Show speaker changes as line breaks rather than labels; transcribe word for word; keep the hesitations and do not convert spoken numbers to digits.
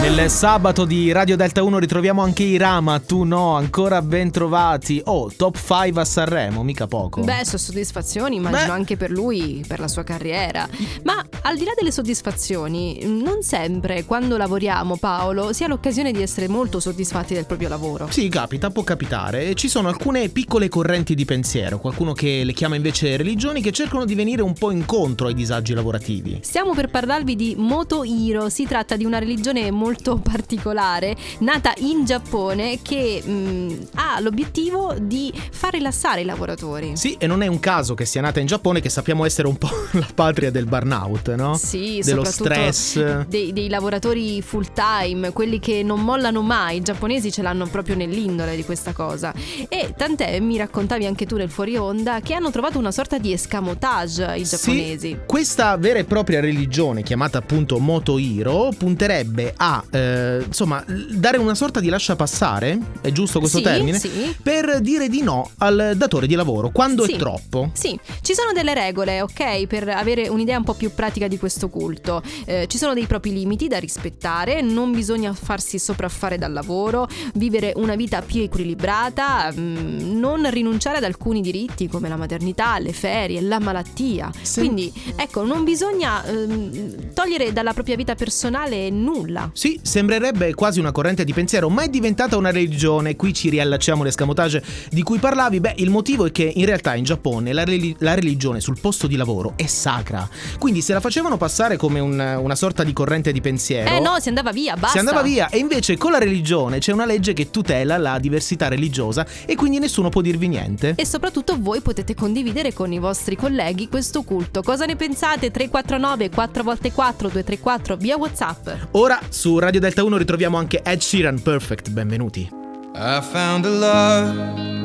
Nel sabato di Radio Delta uno ritroviamo anche Irama, tu no, ancora ben trovati. Oh, top cinque a Sanremo, mica poco.
Beh, sono soddisfazioni, immagino. Beh. Anche per lui, per la sua carriera. Ma al di là delle soddisfazioni, non sempre quando lavoriamo, Paolo, si ha l'occasione di essere molto soddisfatti del proprio lavoro.
Sì, capita, può capitare. Ci sono alcune piccole correnti di pensiero, qualcuno che le chiama invece religioni, che cercano di venire un po' incontro ai disagi lavorativi.
Stiamo per parlarvi di Motohiro. Si tratta di una religione molto particolare, nata in Giappone, che mh, ha l'obiettivo di far rilassare i lavoratori.
Sì, e non è un caso che sia nata in Giappone, che sappiamo essere un po' la patria del burnout, no?
Sì,
dello
soprattutto
stress,
dei, dei lavoratori full time, quelli che non mollano mai. I giapponesi ce l'hanno proprio nell'indole di questa cosa. E tant'è, mi raccontavi anche tu nel fuori onda, che hanno trovato una sorta di escamotage i giapponesi.
Sì, questa vera e propria religione, chiamata appunto Motohiro, punterebbe a eh, insomma dare una sorta di lascia passare, è giusto questo
sì,
termine?
Sì.
Per dire di no al datore di lavoro quando
sì.
è troppo.
Sì, ci sono delle regole, ok, per avere un'idea un po' più pratica di questo culto. Eh, ci sono dei propri limiti da rispettare, non bisogna farsi sopraffare dal lavoro, vivere una vita più equilibrata, mh, non rinunciare ad alcuni diritti come la maternità, le ferie, la malattia.
Sì.
Quindi ecco, non bisogna ehm, togliere dalla propria vita personale nulla.
Sì, sembrerebbe quasi una corrente di pensiero, ma è diventata una religione. Qui ci riallacciamo all'escamotage di cui parlavi. Beh, il motivo è che in realtà in Giappone la, relig- la religione sul posto di lavoro è sacra. Quindi se la facevano passare come un, una sorta di corrente di pensiero,
Eh no, si andava via, basta.
si andava via. E invece con la religione c'è una legge che tutela la diversità religiosa e quindi nessuno può dirvi niente.
E soprattutto voi potete condividere con i vostri colleghi questo culto. Cosa ne pensate? tre quattro nove quattro volte quattro due tre quattro via WhatsApp.
Ora su Radio Delta uno ritroviamo anche Ed Sheeran, Perfect, benvenuti.
I found a love